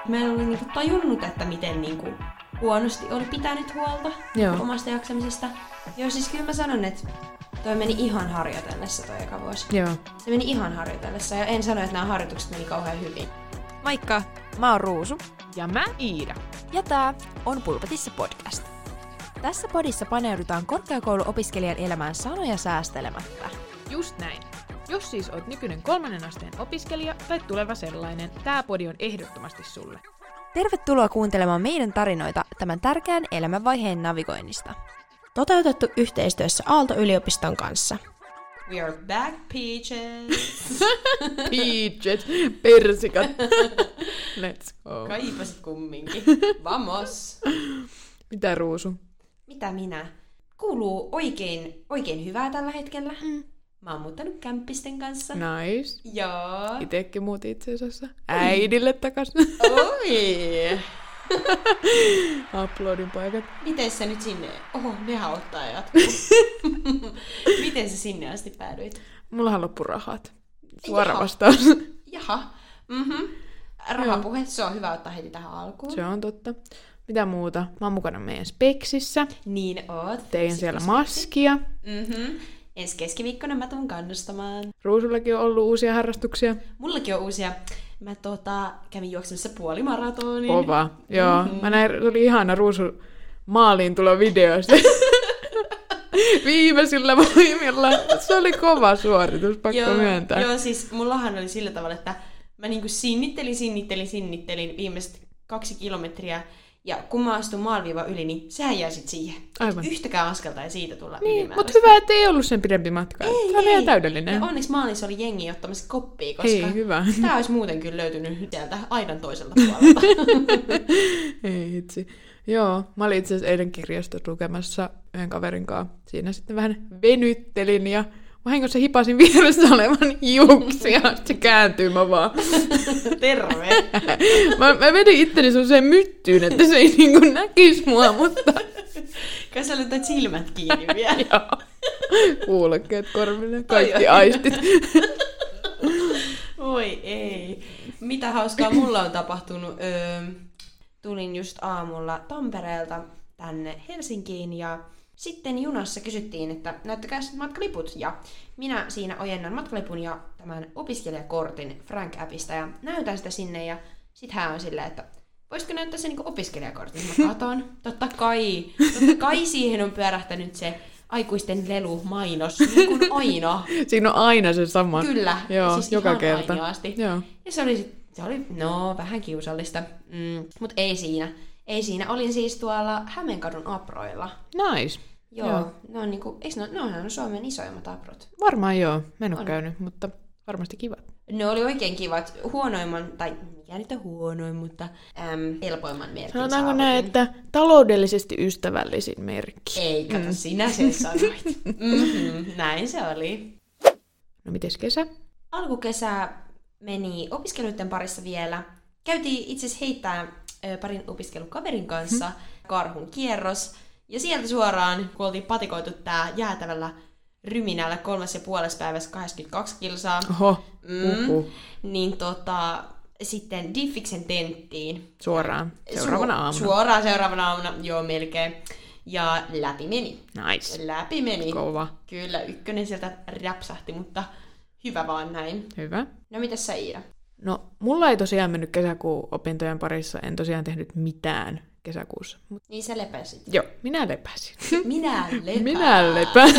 mä en ollut niinku tajunnut, että miten niinku huonosti oli pitänyt huolta omasta jaksamisesta. Joo, siis kyllä mä sanon, että toi meni ihan harjoitellessa toi eka vuosi. Joo. Se meni ihan harjoitellessa ja en sano, että nämä harjoitukset meni kauhean hyvin. Moikka, mä oon Ruusu. Ja mä Iida. Ja tää on Pulpetissa podcast. Tässä podissa paneudutaan korkeakouluopiskelijan elämään sanoja säästelemättä. Just näin. Jos siis oot nykyinen 3. asteen opiskelija tai tuleva sellainen, tää podi on ehdottomasti sulle. Tervetuloa kuuntelemaan meidän tarinoita tämän tärkeän elämänvaiheen navigoinnista. Toteutettu yhteistyössä Aalto-yliopiston kanssa. We are back, peaches! Peaches, persikat. Let's go. Kaipasit kumminkin. Vamos! Mitä Ruusu? Mitä minä? Kuuluu oikein hyvää tällä hetkellä. Mä oon muuttanut kämppisten kanssa. Nice. Joo. Itekin muut itse asiassa. Äidille takaisin. Oi! Uploadin paikat. Miten sä nyt sinne? Oho, nehän ottaa jatkuu. Miten sä sinne asti päädyit? Mullahan loppu rahat. Suora vastaus. Jaha. Rahapuhe, se on hyvä ottaa heti tähän alkuun. Se on totta. Mitä muuta? Mä oon mukana meidän speksissä. Niin oot. Tein siellä maskia. Ensi keskiviikkona mä tuun kannustamaan. Ruusullakin on ollut uusia harrastuksia. Mullakin on uusia. Mä kävin juoksemassa puolimaratonin. Kova. Joo. Mä näin, tuli ihana Ruusu maaliin tulo videosta. Viimeisillä voimilla. Se oli kova suoritus, pakko myöntää. Joo, siis mullahan oli sillä tavalla, että mä niinku sinnittelin viimeiset 2 kilometriä. Ja kun mä astun maalviiva yli, niin sehän jää sit siihen. Aivan. Yhtäkään askelta ei siitä tulla niin, ylimääräistä. mutta hyvä, ettei ollut sen pidempi matka. Tämä oli ihan täydellinen. Ja onneksi maalissa oli jengi ottamassa koppia, koska hyvä. Tää olisi muuten kyllä löytynyt sieltä aidan toiselta puolelta. Ei hitsi. Joo, mä olin itse asiassa eilen kirjastossa lukemassa yhden kaverin kanssa. Siinä sitten vähän venyttelin ja vahingossa hipasin vieressä olevan hiuksia. Se kääntyy mä vaan. Terve! mä vedin itteni sellaiseen myttyyn, että se ei niinku näkisi mua, mutta... Kai sä löytät silmät kiinni vielä. Joo. Kuulokkeet korville, kaikki aistit. Oi ei. Mitä hauskaa mulla on tapahtunut. Tulin just aamulla Tampereelta tänne Helsinkiin ja sitten junassa kysyttiin, että näyttäkää matkaliput. Ja minä siinä ojennan matkalipun ja tämän opiskelijakortin Frank-appista ja näytän sitä sinne. Ja sit hän on silleen, että voisitko näyttää sen niin opiskelijakortin? Mä katon. Totta kai siihen on pyörähtänyt se aikuisten lelu-mainos, niin kuin aina. Siinä on aina se sama. Kyllä, joo, siis joka ihan kerta. ainoasti. Joo. Ja se oli vähän kiusallista, mutta ei siinä. Ei siinä. Olin siis tuolla Hämeenkadun aproilla. Nice. Joo. Ne on niinku, ne on Suomen isoimmat aprot. Varmaan joo. Mä en ole käynyt, mutta varmasti kivat. Ne oli oikein kivat. Huonoimman, tai mikä nyt on huonoin, mutta helpoimman merkin sanotaanko näin, että taloudellisesti ystävällisin merkki. Ei, kato, sinä sen sanoit. Näin se oli. No mites kesä? Alkukesä meni opiskeluiden parissa vielä. Käytiin itse asiassa heittää parin opiskelukaverin kanssa karhun kierros. Ja sieltä suoraan, kun oltiin patikoitu tää jäätävällä ryminällä 3,5 päivässä 82 kilsaa. Oho, niin sitten Diffiksen tenttiin. Suoraan, seuraavana aamuna. Suoraan seuraavana aamuna, joo melkein. Ja läpi meni. Nice. Läpi meni. Kova. Kyllä, ykkönen sieltä räpsähti, mutta hyvä vaan näin. Hyvä. No mitäs sä, Iida? No, mulla ei tosiaan mennyt kesäkuun opintojen parissa, en tosiaan tehnyt mitään kesäkuussa. Niin sä lepäsit. Joo, minä lepäsin. Minä lepään.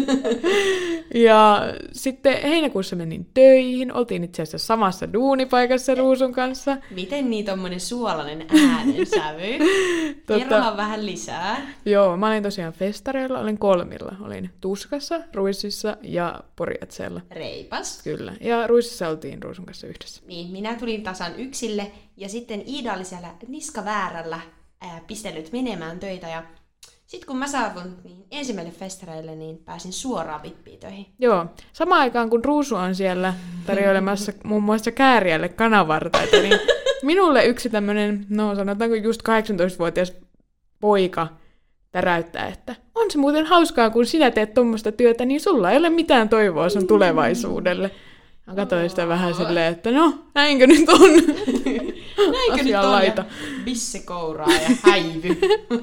Ja sitten heinäkuussa menin töihin, oltiin itse asiassa samassa duunipaikassa Ruusun kanssa. Miten niin tommonen suolainen äänensävy? Kerrohan vähän lisää. Joo, mä olin tosiaan festareilla, olin 3. Olin Tuskassa, Ruississa ja Porjatseella. Reipas. Kyllä, ja Ruississa oltiin Ruusun kanssa yhdessä. Niin, minä tulin tasan yksille ja sitten Iida oli siellä niskaväärällä pistellyt menemään töitä ja sitten kun mä saavun ensimmäiselle festareille, niin pääsin suoraan vippiin töihin. Joo, samaan aikaan kun Ruusu on siellä tarjoilemassa muun muassa Kääriälle kanavartaita, niin minulle yksi tämmöinen, sanotaanko just 18-vuotias poika täräyttää, että on se muuten hauskaa, kun sinä teet tuommoista työtä, niin sulla ei ole mitään toivoa sun tulevaisuudelle. Mä katsoin sitä vähän silleen, että no, näinkö nyt on? Näinkö nyt on? laita. Bisse kouraa ja häivy.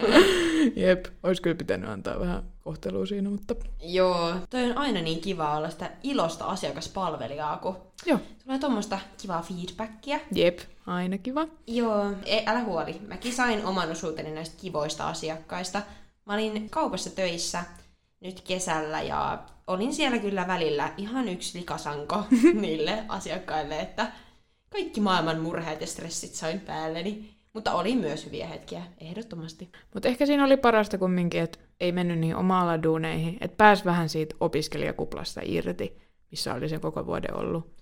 Jep, olisi kyllä pitänyt antaa vähän kohtelua siinä, mutta... Joo, toi on aina niin kiva olla sitä ilosta asiakaspalvelijaa, kun Joo. tulee tommoista kivaa feedbackia. Jep, aina kiva. Joo, älä huoli. Mäkin sain oman osuuteni näistä kivoista asiakkaista. Mä olin kaupassa töissä nyt kesällä ja olin siellä kyllä välillä ihan yksi likasanko niille asiakkaille, että kaikki maailman murheet ja stressit sain päälleni. Mutta oli myös hyviä hetkiä, ehdottomasti. Mutta ehkä siinä oli parasta kumminkin, että ei mennyt niihin omalla duuneihin, että pääsi vähän siitä opiskelijakuplasta irti, missä oli sen koko vuoden ollut.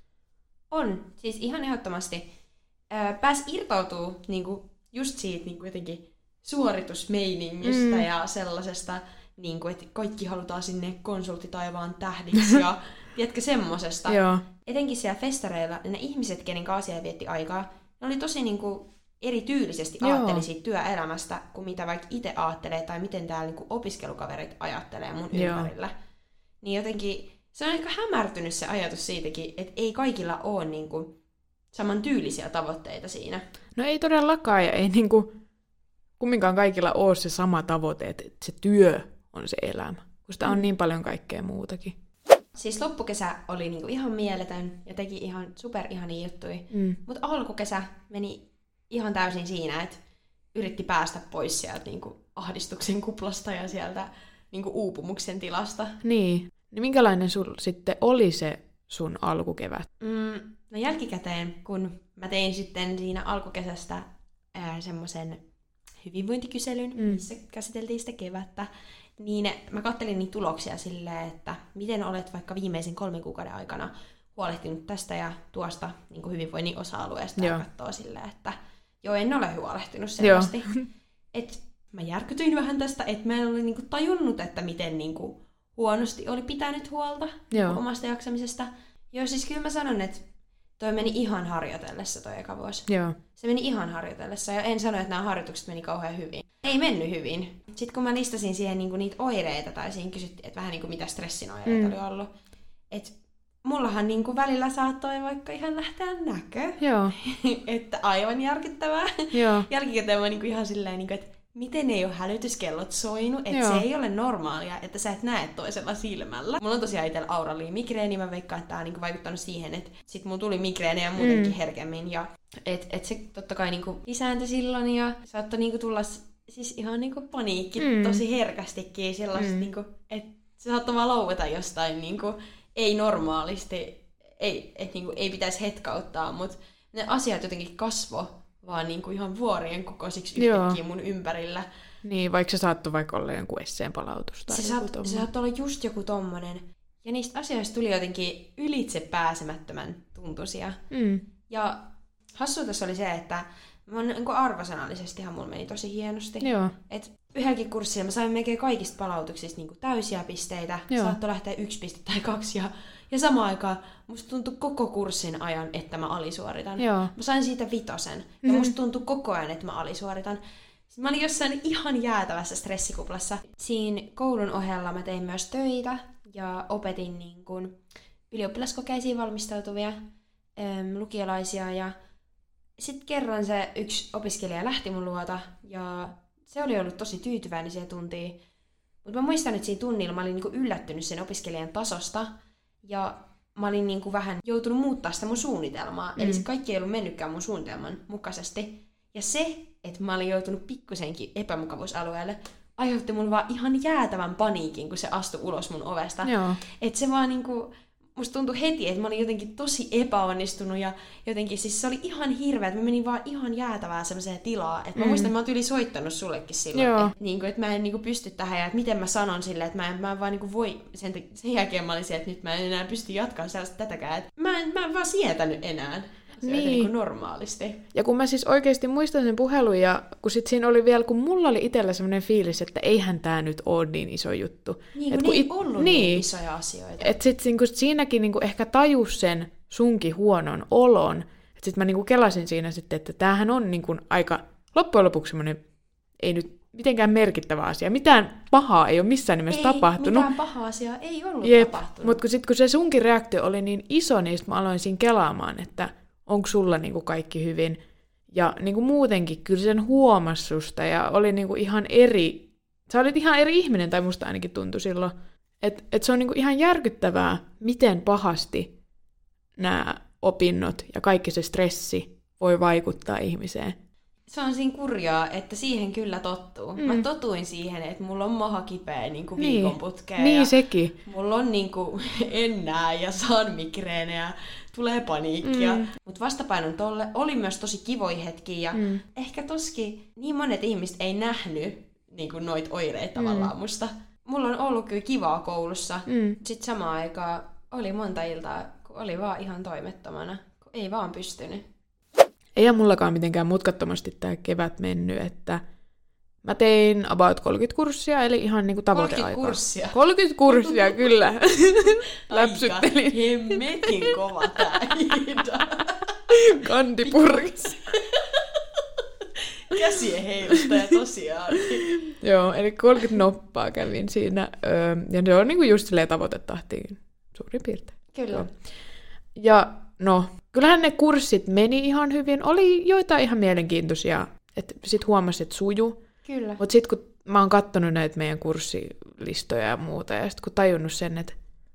On, siis ihan ehdottomasti. Pääsi irtautuu niinku, just siitä niinku, jotenkin suoritusmeiningistä ja sellaisesta, niinku, että kaikki halutaan sinne konsulttitaivaan tähdiksi ja tiedätkö semmosesta. Joo. Etenkin siellä festareilla ne ihmiset, kenen kanssa siellä vietti aikaa, ne oli tosi niinku, erityylisesti ajatteli siitä työelämästä, kuin mitä vaikka itse ajattelee tai miten täällä niinku, opiskelukaverit ajattelee mun ympärillä. Niin jotenkin se on ehkä hämärtynyt se ajatus siitäkin, että ei kaikilla ole niinku, saman tyylisiä tavoitteita siinä. No ei todellakaan, ja ei niinku, kumminkaan kaikilla ole se sama tavoite, että se työ on se elämä, kun sitä on niin paljon kaikkea muutakin. Siis loppukesä oli niinku ihan mieletön ja teki ihan superihania juttuja, mutta alkukesä meni ihan täysin siinä, että yritti päästä pois sieltä niinku ahdistuksen kuplasta ja sieltä niinku uupumuksen tilasta. Niin. Minkälainen sul sitten oli se sun alkukevät? No jälkikäteen, kun mä tein sitten siinä alkukesästä semmoisen hyvinvointikyselyn, missä käsiteltiin sitä kevättä, niin mä kattelin niitä tuloksia silleen, että miten olet vaikka viimeisen 3 kuukauden aikana huolehtinut tästä ja tuosta niin kuin hyvinvoinnin osa-alueesta ja katsoo silleen, että joo, en ole huolehtinut selvästi. Et mä järkytyin vähän tästä, että mä en ole niin kuin tajunnut, että miten niin kuin huonosti oli pitänyt huolta omasta jaksamisesta. Joo, siis kyllä mä sanon, että toi meni ihan harjoitellessa toi eka vuosi. Joo. Se meni ihan harjoitellessa ja en sano, että nämä harjoitukset meni kauhean hyvin. Ei mennyt hyvin. Sitten kun mä listasin siihen niinku niitä oireita tai siihen kysyttiin, että vähän niinku mitä stressin oireita oli ollut. Että mullahan niinku välillä saattoi vaikka ihan lähteä näkö. Joo. Että aivan järkyttävää. Joo. Jälkikäteen mä niinku ihan silleen, niinku, että miten ei ole hälytyskellot soinut, että se ei ole normaalia, että sä et näe toisella silmällä. Mulla on tosiaan itsellä aurallinen migreeni, mä veikkaan, että tää on niinku vaikuttanut siihen, että sit mulla tuli migreenejä muutenkin herkemmin. Ja et se totta kai niinku lisääntyi silloin ja saattoi niinku tulla siis ihan niinku paniikki tosi herkästikin sellaista, niinku, että se saattoi vaan laueta jostain niinku, ei normaalisti, niinku, ei pitäisi hetkauttaa, mutta ne asiat jotenkin kasvoi vaan niinku ihan vuorien kokoisiksi yhtäkkiä mun ympärillä. Niin, vaikka se saattoi vaikka olla jonkun esseen palautus. Tai se saattoi olla just joku tommonen. Ja niistä asioista tuli jotenkin ylitse pääsemättömän tuntuisia. Ja hassua tässä oli se, että niin arvosanallisestihan mulla meni tosi hienosti. Et yhdelläkin kurssilla mä sain melkein kaikista palautuksista niin täysiä pisteitä. Saattoi lähteä 1 piste tai 2 ja samaan aikaan musta tuntui koko kurssin ajan, että mä alisuoritan. Mä sain siitä 5. Ja musta tuntui koko ajan, että mä alisuoritan. Mä olin jossain ihan jäätävässä stressikuplassa. Siinä koulun ohella mä tein myös töitä ja opetin niin kuin ylioppilaskokeisiin valmistautuvia lukiolaisia. Ja sitten kerran se yksi opiskelija lähti mun luota ja se oli ollut tosi tyytyväinen siihen tuntiin. Mutta mä muistan, että siinä tunnilla mä olin niinku yllättynyt sen opiskelijan tasosta ja mä olin niinku vähän joutunut muuttaa sitä mun suunnitelmaa. Eli se kaikki ei ollut mennytkään mun suunnitelman mukaisesti. Ja se, että mä olin joutunut pikkusenkin epämukavuusalueelle, aiheutti mun vaan ihan jäätävän paniikin, kun se astui ulos mun ovesta. Että se vaan niinku, musta tuntui heti, että mä olin jotenkin tosi epäonnistunut ja jotenkin siis se oli ihan hirveä, että mä menin vaan ihan jäätävää semmoiseen tilaa. Että mä muistan, että mä oon tyyli soittanut sullekin silloin, että mä en niinku pysty tähän ja että miten mä sanon silleen, että mä en vaan niinku voi, sen jälkeen mä olin se, että nyt mä en enää pysty jatkamaan sellaista tätäkään, että mä en vaan sietänyt enää. Niin kuin normaalisti. Ja kun mä siis oikeasti muistan sen puhelun, ja kun sit siinä oli vielä, kun mulla oli itsellä semmoinen fiilis, että eihän tää nyt ole niin iso juttu. Niin, kun ei ollut niin isoja asioita. Että sit siinäkin niinku ehkä tajus sen sunkin huonon olon. Että sit mä niinku kelasin siinä sitten, että tämähän on niinku aika loppujen lopuksi semmoinen, ei nyt mitenkään merkittävä asia. Mitään pahaa ei ole missään nimessä tapahtunut. Mitään pahaa asiaa ei ollut tapahtunut. Mutta kun se sunkin reaktio oli niin iso, niin mä aloin siinä kelaamaan, että onko sulla niinku kaikki hyvin. Ja niin kuin muutenkin kyllä sen huomasi susta ja oli niin kuin ihan eri, sä olit ihan eri ihminen, tai musta ainakin tuntui silloin. Että se on niin kuin ihan järkyttävää, miten pahasti nämä opinnot ja kaikki se stressi voi vaikuttaa ihmiseen. Se on siinä kurjaa, että siihen kyllä tottuu. Mä totuin siihen, että mulla on maha kipeä niin kuin viikon putkeen. Niin, ja sekin. mulla on niin kuin ennää ja saan migreenejä, tulee paniikkia. Mutta vastapainon tolle oli myös tosi kivoja hetkiä. Ja ehkä toskin niin monet ihmiset ei nähnyt niin kuin noita oireita tavallaan musta. Mulla on ollut kyllä kivaa koulussa. Sitten samaan aikaan oli monta iltaa, kun oli vaan ihan toimettomana. Kun ei vaan pystynyt. Ei ole mullakaan mitenkään mutkattomasti tämä kevät mennyt, että mä tein about 30 kurssia, eli ihan niinku tavoiteaikaa. 30 kurssia? 30 kurssia, kyllä. Läpsyttelin. Aika hemmetin kova tää Iida. Kandipurkissa. Käsien heilustaja tosiaan. Joo, eli 30 noppaa kävin siinä. Ja se on niinku just silleen tavoitetahtiin suurin piirtein. Kyllä. Joo. Ja no, kyllähän ne kurssit meni ihan hyvin. Oli joitain ihan mielenkiintoisia, että sit huomasi, että suju. Kyllä. Mutta sitten kun mä oon kattonut näitä meidän kurssilistoja ja muuta, ja sitten kun tajunnut sen, että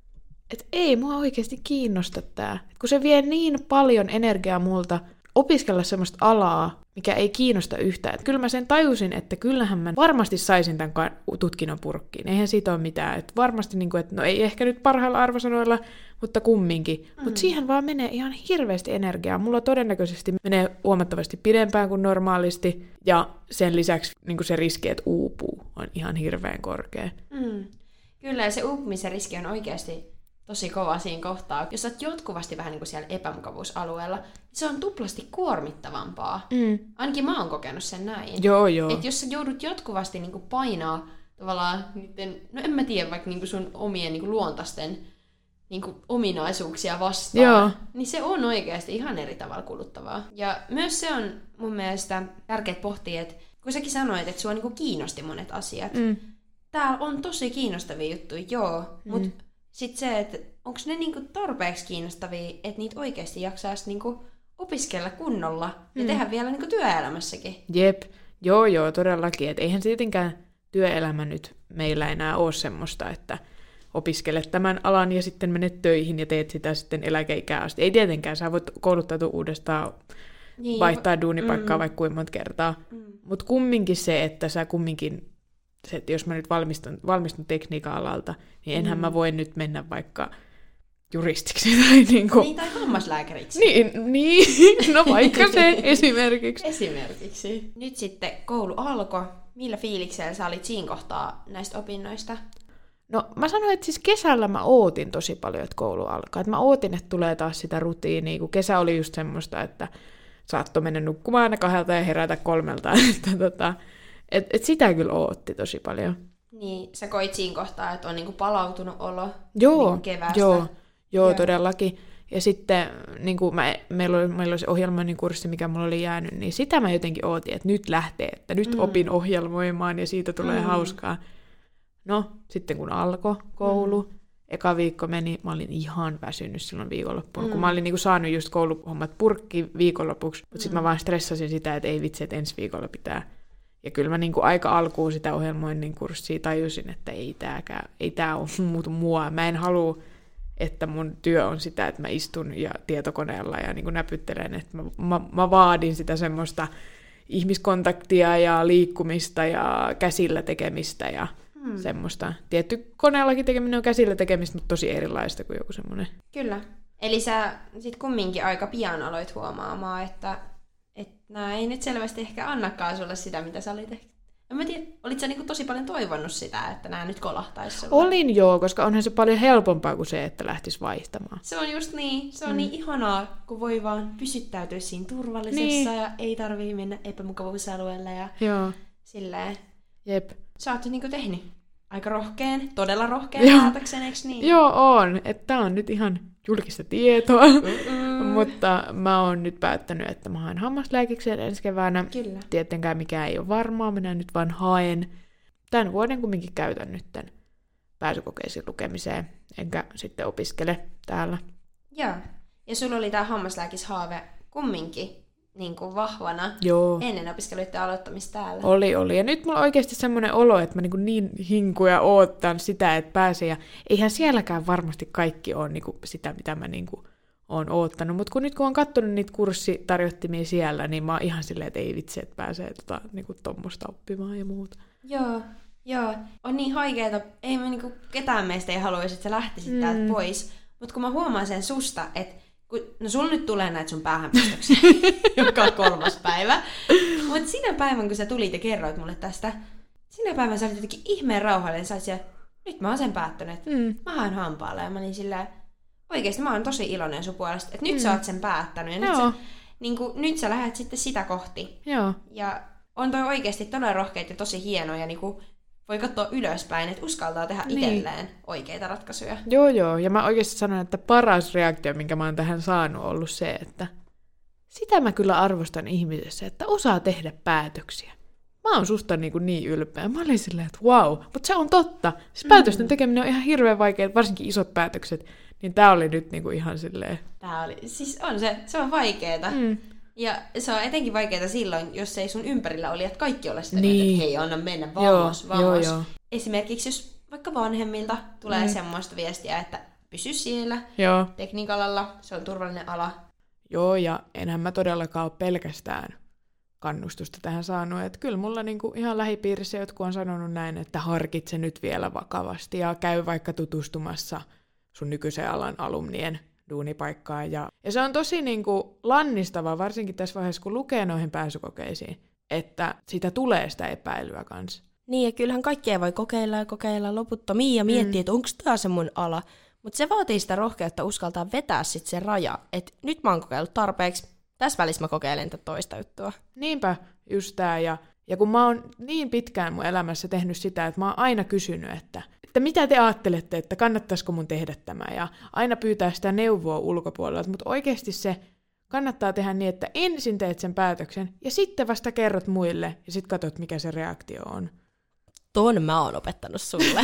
ei mua oikeasti kiinnosta tää. Et kun se vie niin paljon energiaa multa opiskella semmoista alaa, mikä ei kiinnosta yhtään. Et kyllä mä sen tajusin, että kyllähän mä varmasti saisin tämän tutkinnon purkkiin. Eihän siitä ole mitään. Et varmasti, niin kuin, että no ei ehkä nyt parhailla arvosanoilla, mutta kumminkin. Mutta siihen vaan menee ihan hirveästi energiaa. Mulla todennäköisesti menee huomattavasti pidempään kuin normaalisti. Ja sen lisäksi niin kuin se riski, että uupuu, on ihan hirveän korkea. Kyllä, ja se uupumisen riski on oikeasti tosi kova siinä kohtaa. Jos olet jatkuvasti vähän niin kuin siellä epämukavuusalueella, se on tuplasti kuormittavampaa. Ainakin mä oon kokenut sen näin. Joo. Että jos sä joudut jatkuvasti niin kuin painaa tavallaan niiden, no en mä tiedä, vaikka niin kuin sun omien niin kuin luontaisten niin kuin ominaisuuksia vastaan, niin se on oikeasti ihan eri tavalla kuluttavaa. Ja myös se on mun mielestä tärkeää pohtia, että kun säkin sanoit, että sua niin kuin kiinnosti monet asiat. Täällä on tosi kiinnostavia juttuja, mutta sitten se, että onko ne niinku tarpeeksi kiinnostavia, että niitä oikeasti jaksaisi niinku opiskella kunnolla ja tehdä vielä niinku työelämässäkin. Jep, joo, todellakin. Et eihän tietenkään työelämä nyt meillä enää ole semmoista, että opiskelet tämän alan ja sitten menet töihin ja teet sitä sitten eläkeikään asti. Ei tietenkään, sä voit kouluttautua uudestaan, vaihtaa duunipaikkaa vaikka kuinka monta kertaa. Mutta kumminkin se, että sä kumminkin, se, että jos mä nyt valmistun tekniikan alalta, niin enhän mä voi nyt mennä vaikka juristiksi tai niinku... Niin, tai hammaslääkäriksi. Niin, no vaikka se esimerkiksi. Esimerkiksi. Nyt sitten koulu alkoi. Millä fiiliksellä sä olit siinä kohtaa näistä opinnoista? No mä sanoin, että siis kesällä mä ootin tosi paljon, että koulu alkaa. Että mä ootin, että tulee taas sitä rutiinia, kun kesä oli just semmoista, että saattoi mennä nukkumaan aina 2 ja herätä 3. Et sitä kyllä ootti tosi paljon. Niin, sä koit siinä kohtaa, että on niinku palautunut olo niinku keväästä. Joo, todellakin. Ja sitten niinku meillä oli se ohjelmoinnin kurssi, mikä mulla oli jäänyt, niin sitä mä jotenkin ootin, että nyt lähtee, että nyt opin ohjelmoimaan ja siitä tulee hauskaa. No, sitten kun alkoi koulu, eka viikko meni, mä olin ihan väsynyt silloin viikonloppuun, kun mä olin niinku saanut just kouluhommat purkki viikonlopuksi, mutta sitten mä vaan stressasin sitä, että ei vitsi, että ensi viikolla pitää. Ja kyllä mä niinku aika alkuun sitä ohjelmoinnin kurssia tajusin, että ei tää ole mua. Mä en halua, että mun työ on sitä, että mä istun ja tietokoneella ja niinku näpyttelen, että mä vaadin sitä semmoista ihmiskontaktia ja liikkumista ja käsillä tekemistä ja semmoista. Tietty koneellakin tekeminen on käsillä tekemistä, mutta tosi erilaista kuin joku semmoinen. Kyllä. Eli sä sit kumminkin aika pian aloit huomaamaan, että nää ei nyt selvästi ehkä annakaan sulle sitä, mitä sä olit ehkä. En mä tiedä, olit sä niinku tosi paljon toivonnut sitä, että nää nyt kolahtaisi sulle? Olin joo, koska onhan se paljon helpompaa kuin se, että lähtisi vaihtamaan. Se on just niin. Se on niin ihanaa, kun voi vaan pysyttäytyä siinä turvallisessa ja ei tarvii mennä epämukavuusalueelle ja silleen. Jep. Sä oot niinku tehnyt aika todella rohkeen päätöksen, eiks niin? Joo, on. Että tää on nyt ihan julkista tietoa. Mutta mä oon nyt päättänyt, että mä haen hammaslääkikseen ensi keväänä. Kyllä. Tietenkään mikään ei ole varmaa, minä nyt vaan haen. Tän vuoden kumminkin käytän nyt pääsykokeisiin lukemiseen, enkä sitten opiskele täällä. Joo. Ja sulla oli tää hammaslääkishaave kumminkin niin kuin vahvana Joo. ennen opiskeluiden aloittamista täällä. Oli. Ja nyt mulla on oikeasti semmoinen olo, että mä niin hinkuja oottan sitä, että pääsee. Ja eihän sielläkään varmasti kaikki ole niinku sitä, mitä mä niinku oon oottanut. Mutta kun on katsonut niitä kurssitarjottimia siellä, niin mä oon ihan silleen, että ei vitsi, että pääsee niinku tommosta oppimaan ja muuta. Joo. On niin haikeeta. Ei mä niinku ketään meistä ei haluaisi, että sä lähtisit täältä pois. Mutta kun mä huomaan sen susta, että no sulla nyt tulee näitä sun päähänpistoksiä joka 3. päivä. Mutta sinä päivän, kun sä tulit ja kerroit mulle tästä, sinä päivän sä olit jotenkin ihmeen rauhallinen. Sä olit siellä, nyt mä oon sen päättänyt, että mä haen hampaalla. Ja mä olin sillä, oikeesti mä oon tosi iloinen sun puolesta, että nyt sä oot sen päättänyt. Ja nyt sä lähdet sitten sitä kohti. Joo. Ja on toi oikeesti todella rohkeita ja tosi hienoja. Niinku, voi katsoa ylöspäin, että uskaltaa tehdä itselleen oikeita ratkaisuja. Joo. Ja mä oikeasti sanon, että paras reaktio, minkä mä oon tähän saanut, on ollut se, että sitä mä kyllä arvostan ihmisessä, että osaa tehdä päätöksiä. Mä oon susta niin ylpeä. Mä olin silleen, että wow, mutta se on totta. Siis päätösten tekeminen on ihan hirveän vaikeaa, varsinkin isot päätökset. Niin tää oli nyt ihan silleen. Siis on se on vaikeeta. Ja se on etenkin vaikeaa silloin, jos ei sun ympärillä oli, että kaikki ole sitä, että hei, anna mennä, vamos. Joo. Esimerkiksi jos vaikka vanhemmilta tulee semmoista viestiä, että pysy siellä tekniikalalla, se on turvallinen ala. Joo, ja enhän mä todellakaan ole pelkästään kannustusta tähän saanut. Että kyllä mulla ihan lähipiirissä jotkut on sanonut näin, että harkitse nyt vielä vakavasti ja käy vaikka tutustumassa sun nykyisen alan alumnien duunipaikkaan. Ja se on tosi lannistavaa, varsinkin tässä vaiheessa, kun lukee noihin pääsykokeisiin, että sitä tulee sitä epäilyä kanssa. Niin, ja kyllähän kaikkea voi kokeilla loputtomiin ja miettiä, että onko tämä se mun ala. Mutta se vaatii sitä rohkeutta uskaltaa vetää sitten se raja, että nyt mä oon kokeillut tarpeeksi, tässä välissä mä kokeilen tätä toista juttua. Niinpä, just tää. Ja kun mä oon niin pitkään mun elämässä tehnyt sitä, että mä oon aina kysynyt, että mitä te ajattelette, että kannattaisiko mun tehdä tämä, ja aina pyytää sitä neuvoa ulkopuolelta, mutta oikeasti se kannattaa tehdä niin, että ensin teet sen päätöksen, ja sitten vasta kerrot muille, ja sitten katsot, mikä se reaktio on. Ton mä oon opettanut sulle.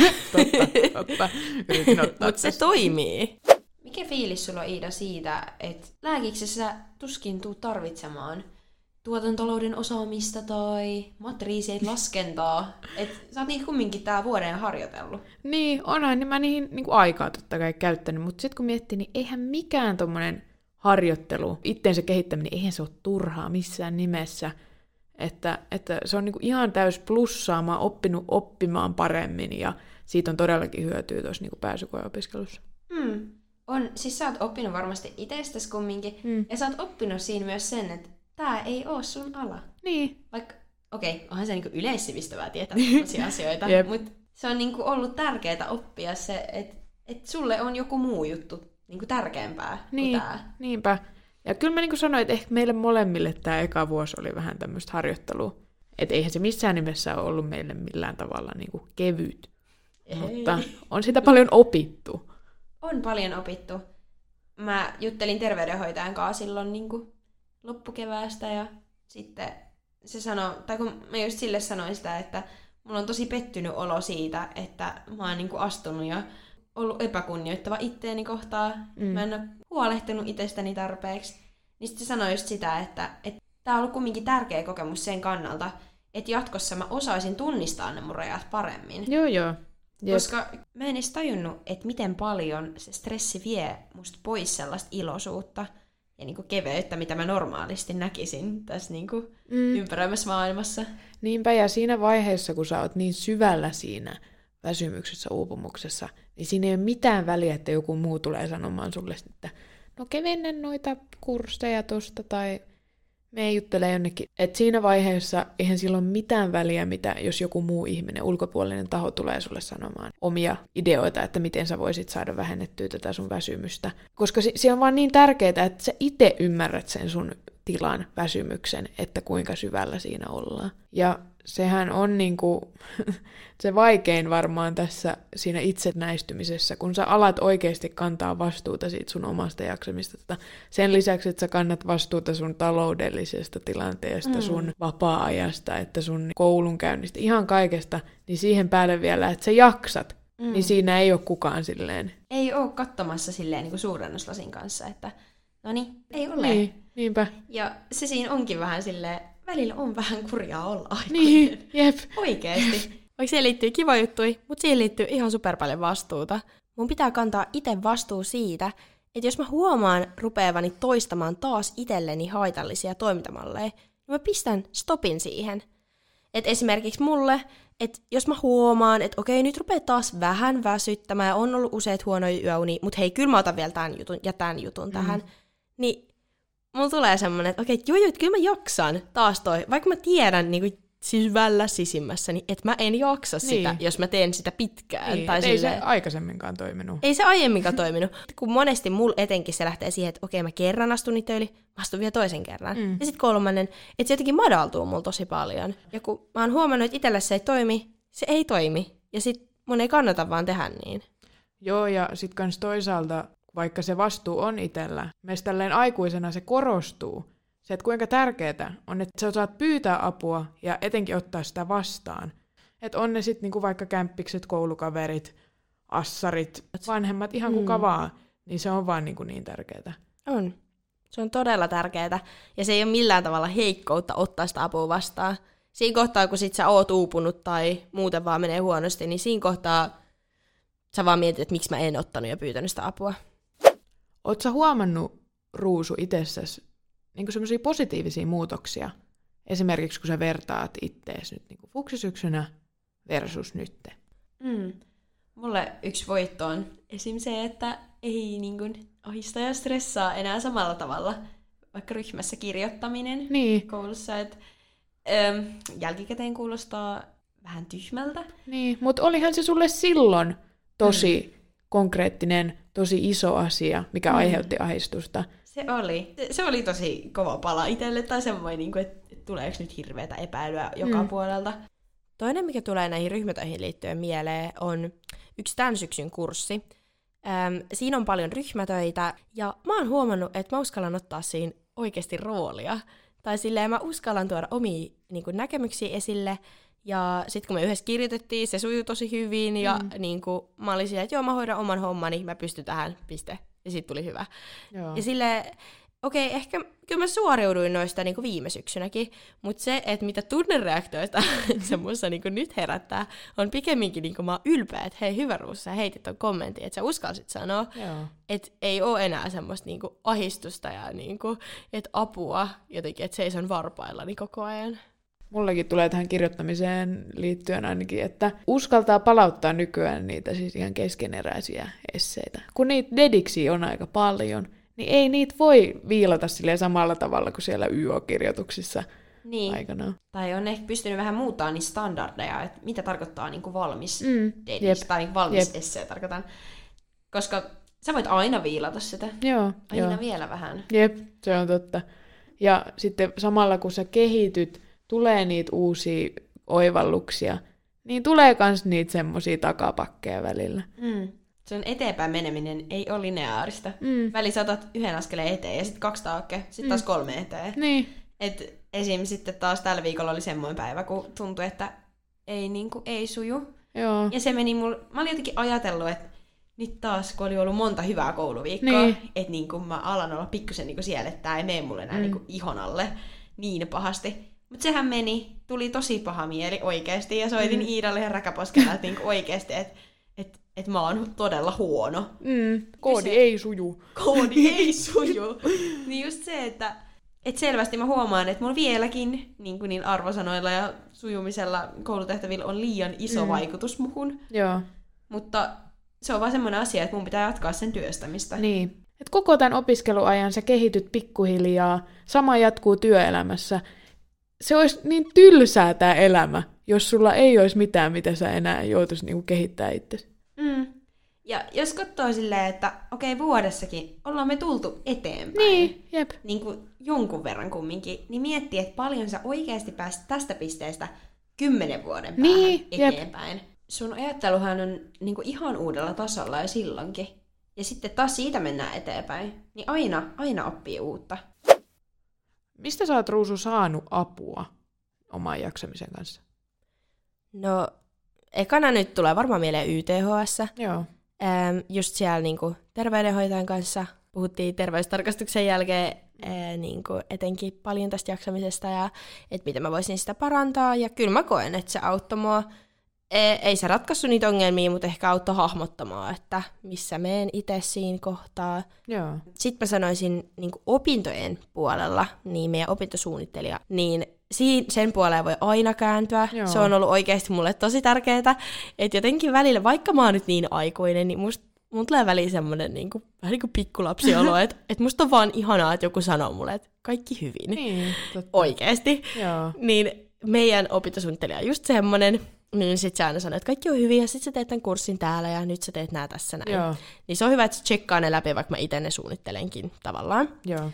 Totta. Yritin ottaa. Mutta se toimii. Mikä fiilis sulla on, Iida, siitä, että lääkiksessä tuskin tuu tarvitsemaan tuotantolouden osaamista tai matriiseita laskentaa? Että sä oot niitä kumminkin tää vuoden harjoitellut. Niin, onhan niin mä niihin aikaa totta kai käyttänyt, mutta sitten kun miettii, niin eihän mikään tommonen harjoittelu, itteensä kehittäminen, eihän se ole turhaa missään nimessä. Että se on ihan täys plussaa, mä oon oppinut oppimaan paremmin ja siitä on todellakin hyötyä tuossa pääsykoeopiskelussa. Siis sä oot oppinut varmasti itsestäsi kumminkin, ja sä oot oppinut siinä myös sen, että tää ei oo sun ala. Niin. Vaikka, onhan se yleissivistävää tietää tällaisia asioita, mutta se on ollut tärkeää oppia se, että sulle on joku muu juttu tärkeämpää kuin tää. Niinpä. Ja kyllä mä sanoin, että ehkä meille molemmille tämä eka vuosi oli vähän tämmöistä harjoittelua. Että eihän se missään nimessä ole ollut meille millään tavalla kevyt. Ei. Mutta on sitä paljon opittu. On paljon opittu. Mä juttelin terveydenhoitajan kanssa silloin loppukeväästä ja sitten se sanoi, tai kun mä just sille sanoin sitä, että mulla on tosi pettynyt olo siitä, että mä oon astunut ja ollut epäkunnioittava itteeni kohtaan. Mä en ole huolehtinut itsestäni tarpeeksi. Niin sitten se sanoi just sitä, että tää on ollut kumminkin tärkeä kokemus sen kannalta, että jatkossa mä osaisin tunnistaa ne mun rajat paremmin. Joo. Jep. Koska mä en edes tajunnut, että miten paljon se stressi vie musta pois sellaista iloisuutta ja keveyttä, mitä mä normaalisti näkisin tässä ympäröimässä maailmassa. Niinpä, ja siinä vaiheessa, kun sä oot niin syvällä siinä väsymyksessä, uupumuksessa, niin siinä ei ole mitään väliä, että joku muu tulee sanomaan sulle, että no kevennä noita kursseja tosta, tai me juttelee jonnekin. Että siinä vaiheessa eihän sillä ole mitään väliä, mitä jos joku muu ihminen, ulkopuolinen taho tulee sulle sanomaan omia ideoita, että miten sä voisit saada vähennettyä tätä sun väsymystä. Koska se on vaan niin tärkeää, että sä itse ymmärrät sen sun tilan, väsymyksen, että kuinka syvällä siinä ollaan. Ja sehän on se vaikein varmaan tässä siinä itsenäistymisessä, kun sä alat oikeasti kantaa vastuuta siitä sun omasta jaksamista. Sen lisäksi, että sä kannat vastuuta sun taloudellisesta tilanteesta, sun vapaa-ajasta, että sun koulunkäynnistä, ihan kaikesta, niin siihen päälle vielä, että sä jaksat, niin siinä ei ole kukaan silleen. Ei ole katsomassa silleen suurennuslasin kanssa, että Noniin, ei ole. Niin, niinpä. Ja se siinä onkin vähän silleen, välillä on vähän kurjaa olla aikuinen. Niin, jep. Oikeesti. Vaikka siihen liittyy kiva juttui, mutta siihen liittyy ihan super paljon vastuuta. Mun pitää kantaa itse vastuu siitä, että jos mä huomaan rupeavani toistamaan taas itselleni haitallisia toimintamalleja, niin mä pistän stopin siihen. Et esimerkiksi mulle, että jos mä huomaan, että okei, nyt rupeaa taas vähän väsyttämään ja on ollut useat huonoja yöunia, mutta hei, kyllä mä otan vielä tämän jutun tähän, niin mulla tulee semmonen, että okei, joo, kyllä mä jaksan taas toi, vaikka mä tiedän niin kuin syvällä sisimmässäni, että mä en jaksa sitä, jos mä teen sitä pitkään. Niin, tai ei se aikaisemminkaan toiminut. Ei se aiemminkaan toiminut. Kun monesti mulla etenkin se lähtee siihen, että okei, mä kerran astun niitä yli, mä astun vielä toisen kerran. Ja sitten kolmannen, että se jotenkin madaltuu mulla tosi paljon. Ja kun mä oon huomannut, että itselle se ei toimi. Ja sit mun ei kannata vaan tehdä niin. Joo, ja sit kans toisaalta, vaikka se vastuu on itsellä, meistä tälleen aikuisena se korostuu. Se, että kuinka tärkeää on, että sä osaat pyytää apua ja etenkin ottaa sitä vastaan. Että on ne sitten niinku vaikka kämppikset, koulukaverit, assarit, vanhemmat, ihan kuka vaan, niin se on vaan niin tärkeää. On. Se on todella tärkeää. Ja se ei ole millään tavalla heikkoutta ottaa sitä apua vastaan. Siinä kohtaa, kun sit sä oot uupunut tai muuten vaan menee huonosti, niin siinä kohtaa sä vaan mietit, että miksi mä en ottanut ja pyytänyt sitä apua. Oot sä huomannut, Ruusu, itsessäsi niin semmoisia positiivisia muutoksia? Esimerkiksi kun sä vertaat ittees nyt niin fuksisyksynä versus nytte. Mulle yksi voitto on esim. Se, että ei niin kuin ahista ja stressaa enää samalla tavalla, vaikka ryhmässä kirjoittaminen koulussa. Et, jälkikäteen kuulostaa vähän tyhmältä. Niin, mutta olihan se sulle silloin tosi konkreettinen, tosi iso asia, mikä aiheutti ahdistusta. Se oli tosi kova pala itselle, tai semmoinen, että tuleeko nyt hirveätä epäilyä joka puolelta. Toinen, mikä tulee näihin ryhmätöihin liittyen mieleen, on yksi tämän syksyn kurssi. Siinä on paljon ryhmätöitä, ja mä oon huomannut, että mä uskallan ottaa siinä oikeasti roolia. Tai silleen mä uskallan tuoda omia niin kuin, näkemyksiä esille, ja sitten kun me yhdessä kirjoitettiin, se sujui tosi hyvin, ja niin kuin, mä olin silleen, että joo, mä hoidan oman hommani, mä pystyn tähän, piste. Ja siitä tuli hyvä. Joo. Ja silleen, okei, ehkä kyllä mä suoriuduin noista niin kuin viime syksynäkin, mutta se, että mitä tunnereaktioista se musta niin kuin nyt herättää, on pikemminkin niin kuin mä oon ylpeä, että hei, hyvä Ruus, sä heitit ton kommentin, että sä uskalsit sanoa, että ei ole enää semmoista niin kuin ahistusta ja niin kuin, että apua jotenkin, että seison varpaillani koko ajan. Mullekin tulee tähän kirjoittamiseen liittyen ainakin, että uskaltaa palauttaa nykyään niitä siis ihan keskeneräisiä esseitä. Kun niitä dediksiä on aika paljon, niin ei niitä voi viilata silleen samalla tavalla kuin siellä YO-kirjoituksissa aikanaan. Tai on ehkä pystynyt vähän muuttaa niitä standardeja, että mitä tarkoittaa niin kuin valmis dedis, tai niin valmis essee tarkoitan. Koska sä voit aina viilata sitä. Aina vielä vähän. Jep, se on totta. Ja sitten samalla kun sä kehityt, tulee niitä uusia oivalluksia, niin tulee kans niitä semmosia takapakkeja välillä. Se on eteenpäin meneminen, ei ole lineaarista. Välissä otat yhden askeleen eteen ja sitten 2 taakse, sitten taas 3 eteen. Niin. Et esim. Sitten taas tällä viikolla oli semmoinen päivä, kun tuntui, että ei suju. Joo. Ja se meni mä olin jotenkin ajatellut, että nyt taas, kun oli ollut monta hyvää kouluviikkoa, että niin mä alan olla pikkusen niin siellä, että tää ei mene mulle enää niin ihon alle niin pahasti. Mutta sehän meni, tuli tosi paha mieli oikeesti, ja soitin Iidalle ihan räkäposkella, että niinku oikeesti, että mä oon todella huono. Koodi ei suju. Koodi ei suju. Niin just se, että selvästi mä huomaan, että mulla vieläkin niin arvosanoilla ja sujumisella koulutehtävillä on liian iso vaikutus muhun. Joo. Mutta se on vaan semmoinen asia, että mun pitää jatkaa sen työstämistä. Niin. Et koko tämän opiskeluajan sä kehityt pikkuhiljaa, sama jatkuu työelämässä. Se olisi niin tylsää tämä elämä, jos sulla ei olisi mitään, mitä sä enää joutuisi niinku kehittää itsesi. Ja jos katsoo silleen, että okei, vuodessakin ollaan me tultu eteenpäin, niin, jep. Niin kuin jonkun verran kumminkin, niin miettii, että paljon sä oikeasti pääsit tästä pisteestä 10 vuoden päähän eteenpäin. Sun ajatteluhan on niin kuin ihan uudella tasolla jo silloinkin. Ja sitten taas siitä mennään eteenpäin. Niin aina oppii uutta. Mistä sä oot, Ruusu, saanut apua oman jaksamisen kanssa? No, ekana nyt tulee varmaan mieleen YTHS. Joo. Just siellä niinku terveydenhoitajan kanssa puhuttiin terveystarkastuksen jälkeen niin kuin etenkin paljon tästä jaksamisesta ja että miten mä voisin sitä parantaa. Ja kyllä mä koen, että se auttoi mua. Ei se ratkaissut niitä ongelmia, mutta ehkä auttoi hahmottamaan, että missä meen itse siinä kohtaa. Joo. Sitten mä sanoisin niin kuin opintojen puolella, niin meidän opintosuunnittelija, niin sen puoleen voi aina kääntyä. Joo. Se on ollut oikeasti mulle tosi tärkeää, että jotenkin välillä, vaikka mä oon nyt niin aikuinen, niin mun tulee väliin semmoinen niin kuin, vähän niin kuin pikkulapsiolo, että musta on vaan ihanaa, että joku sanoo mulle, että kaikki hyvin. Niin, totta. Oikeesti. Joo. Niin meidän opintosuunnittelija on just semmoinen, niin sit se aina sanoo, että kaikki on hyvin ja sit sä teet tämän kurssin täällä ja nyt sä teet nää tässä näin. Joo. Niin se on hyvä, että sä tsekkaa ne läpi, vaikka mä itse ne suunnittelenkin tavallaan. Joo.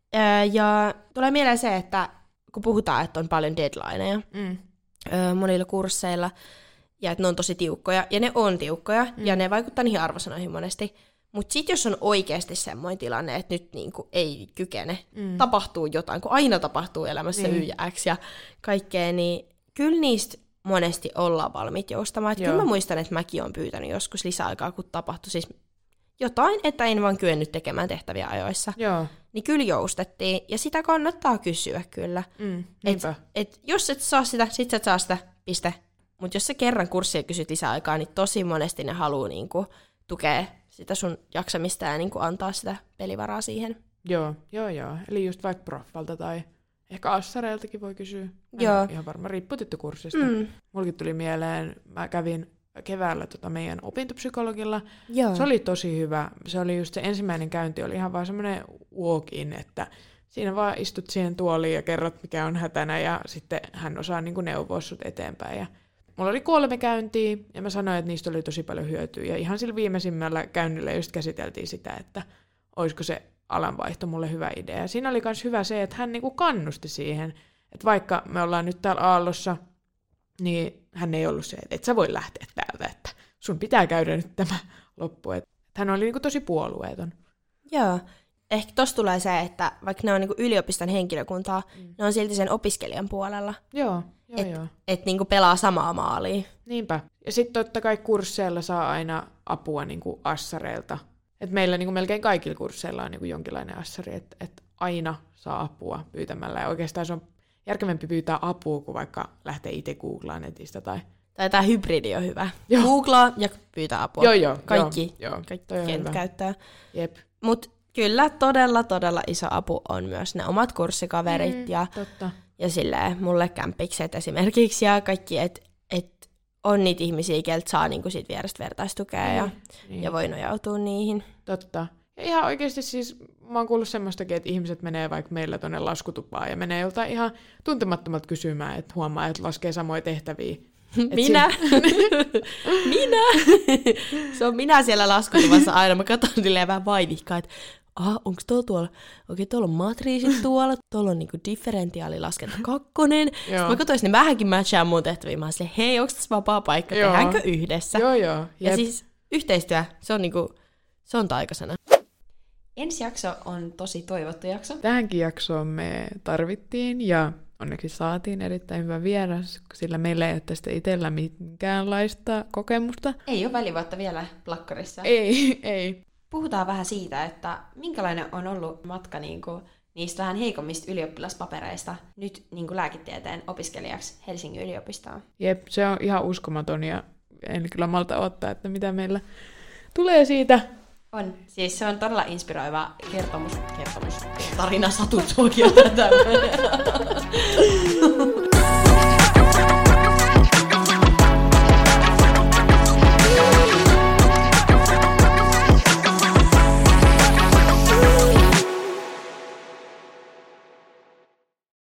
Ja tulee mieleen se, että kun puhutaan, että on paljon deadlineja monilla kursseilla, ja että ne on tosi tiukkoja, ja ne on tiukkoja, ja ne vaikuttaa niihin arvosanoihin monesti. Mutta sitten jos on oikeasti semmoinen tilanne, että nyt niinku ei kykene, tapahtuu jotain, kun aina tapahtuu elämässä Y ja X ja kaikkea, niin kyllä niistä monesti ollaan valmiit joustamaan. Kyllä mä muistan, että mäkin olen pyytänyt joskus lisäaikaa, kun tapahtui siis jotain, että en vaan kyennyt tekemään tehtäviä ajoissa. Joo. Niin kyllä joustettiin, ja sitä kannattaa kysyä kyllä. Et jos et saa sitä, sit sä et saa sitä, piste. Mutta jos sä kerran kurssia kysyt lisäaikaa, niin tosi monesti ne haluaa niinku tukea sitä sun jaksamista ja niinku antaa sitä pelivaraa siihen. Joo. Eli just vaikka proffalta tai ehkä assareiltakin voi kysyä. Joo. Ihan varmaan riippuu kurssista. Mullakin tuli mieleen, mä kävin keväällä meidän opintopsykologilla. Joo. Se oli tosi hyvä. Se oli just se ensimmäinen käynti, oli ihan vaan semmoinen walk-in, että siinä vaan istut siihen tuoliin ja kerrot, mikä on hätänä, ja sitten hän osaa niin kuin neuvoa sut eteenpäin. Ja mulla oli 3 käyntiä, ja mä sanoin, että niistä oli tosi paljon hyötyä. Ja ihan sillä viimeisimmällä käynnillä just käsiteltiin sitä, että olisiko se alanvaihto mulle hyvä idea. Ja siinä oli myös hyvä se, että hän niin kuin kannusti siihen, että vaikka me ollaan nyt täällä Aallossa, niin hän ei ollut se, että et sä voi lähteä täältä, että sun pitää käydä nyt tämä loppu. Että hän oli niin kuin tosi puolueeton. Joo. Ehkä tossa tulee se, että vaikka ne on niinku yliopiston henkilökuntaa, ne on silti sen opiskelijan puolella. Joo. Et niinku pelaa samaa maalia. Niinpä. Ja sitten totta kai kursseilla saa aina apua niinku assareilta. Et meillä niinku melkein kaikilla kursseilla on niinku jonkinlainen assari, että aina saa apua pyytämällä. Ja oikeastaan se on järkevämpi pyytää apua, kuin vaikka lähtee itse googlaan netistä. Tai tämä hybridi on hyvä. Joo. Googlaa ja pyytää apua. Joo. Kaikki käyttää. Jep. Mut kyllä todella iso apu on myös ne omat kurssikaverit ja silleen mulle kämpikset esimerkiksi ja kaikki, että on niitä ihmisiä, keltä saa niinku siitä vierestä vertaistukea ja voi nojautua niihin. Totta. Ja ihan oikeasti siis mä oon kuullut semmoistakin, että ihmiset menee vaikka meillä tonne laskutupaan ja menee joltain ihan tuntemattomalta kysymään, että huomaa, että laskee samoja tehtäviä. Minä? Se on minä siellä laskutuvassa aina. Mä katson silleen vähän vaivihkaa, että onko tuolla? Okei, tuolla on matriisit tuolla on niinku differentiaalilaskenta 2. Sitten mä katsoin, ne vähänkin matchaa mun tehtäviä. Mä oon silleen, hei, onko tässä vapaa paikka? Tehdäänkö yhdessä? Joo. Ja siis yhteistyö, se on taikasana. Ensi jakso on tosi toivottu jakso. Tähänkin jaksoon me tarvittiin ja onneksi saatiin erittäin hyvä vieras, sillä meillä ei ole tästä itsellä minkäänlaista kokemusta. Ei ole välivuotta vielä plakkarissa. Ei. Puhutaan vähän siitä, että minkälainen on ollut matka niistä vähän heikommista ylioppilaspapereista nyt lääketieteen opiskelijaksi Helsingin yliopistoon. Jep, se on ihan uskomaton ja en kyllä malta odottaa, että mitä meillä tulee siitä. On. Siis se on todella inspiroiva kertomus. Tarina satutsookia tätä.